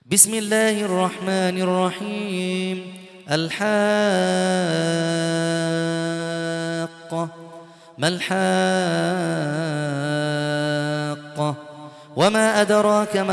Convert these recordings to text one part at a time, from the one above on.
بسم الله الرحمن الرحيم. الحاقة. ما الحاقة؟ وما أدراك ما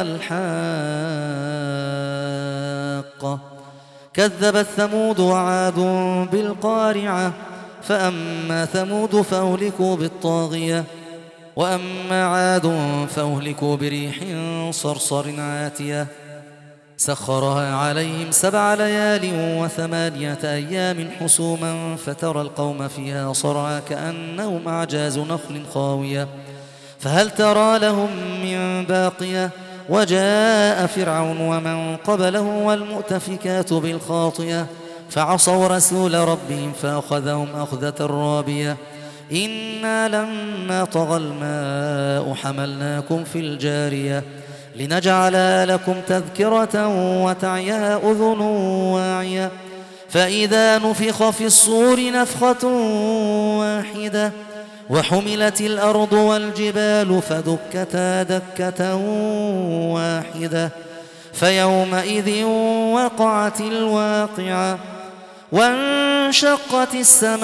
الحاقة؟ كذبت ثمود وعاد بالقارعة. فأما ثمود فأهلكوا بالطاغية، وأما عاد فأهلكوا بريح صرصر عاتية سخرها عليهم 7 ليال و8 أيام حسوما فترى القوم فيها صرعى كأنهم أعجاز نخل خاوية فهل ترى لهم من باقية. وجاء فرعون ومن قبله والمؤتفكات بالخاطئة فعصوا رسول ربهم فأخذهم أخذة رابية. إنا لما طغى الماء حملناكم في الجارية لنجعلها لكم تذكرة وتعيها أذن واعية. فإذا نفخ في الصور نفخة واحدة وحملت الأرض والجبال فدكتا دكة واحدة فيومئذ وقعت الواقعة. وانشقت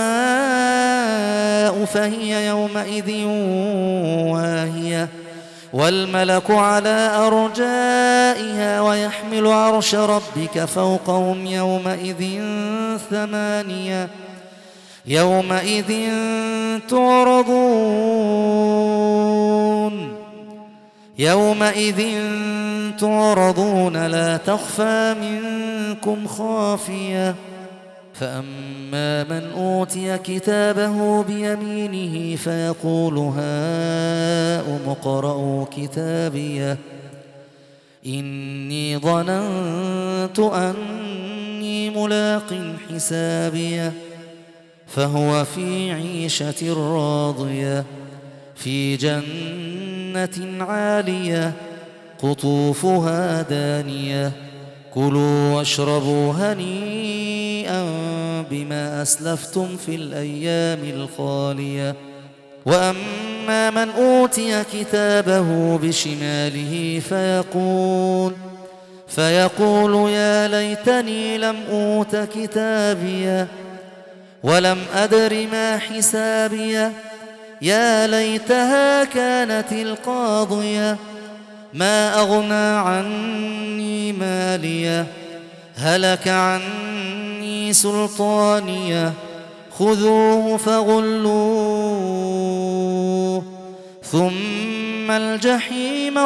السماء فهي يومئذ واهية والملك على أرجائها ويحمل عرش ربك فوقهم يومئذ 8. يومئذ تعرضون لا تخفى منكم خافية. فأما من أوتي كتابه بيمينه فيقول هاؤم اقرءوا كتابيه إني ظننت أني ملاق حسابيه فهو في عيشة راضية في جنة عالية قطوفها دانية كلوا واشربوا هنيئا بما أسلفتم في الأيام الخالية. وأما من أوتي كتابه بشماله فيقول يا ليتني لم أوت كتابيه ولم أدر ما حسابيه يا ليتها كانت القاضية ما أغنى عني ماليه هلك عني سلطانيه خذوه فغلوه ثم الجحيم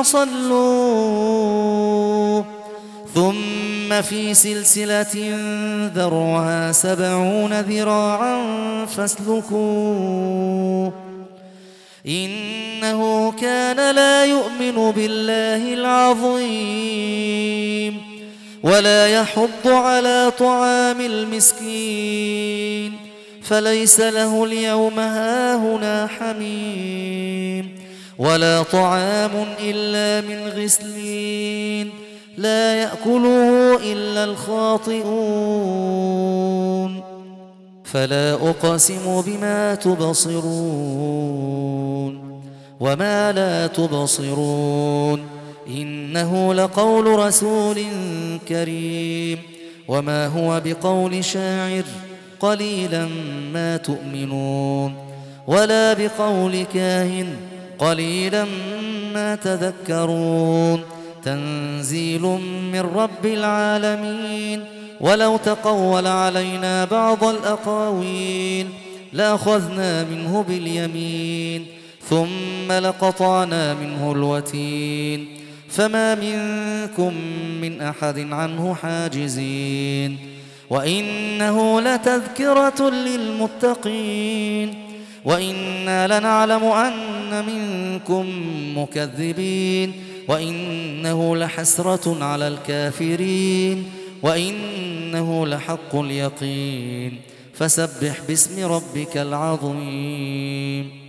صلوه ثم في سلسلة ذرعها 70 ذراعا فاسلكوه إنه كان لا يؤمن بالله العظيم ولا يحض على طعام المسكين فليس له اليوم هاهنا حميم ولا طعام إلا من غسلين لا يأكله إلا الخاطئون. فلا أقسم بما تبصرون وما لا تبصرون إنه لقول رسول كريم وما هو بقول شاعر قليلا ما تؤمنون ولا بقول كاهن قليلا ما تذكرون تنزيل من رب العالمين. ولو تقول علينا بعض الأقاويل لأخذنا منه باليمين ثم لقطعنا منه الوتين فما منكم من أحد عنه حاجزين. وإنه لتذكرة للمتقين وإنا لنعلم أن منكم مكذبين وإنه لحسرة على الكافرين وإنه لحق اليقين. فسبح باسم ربك العظيم.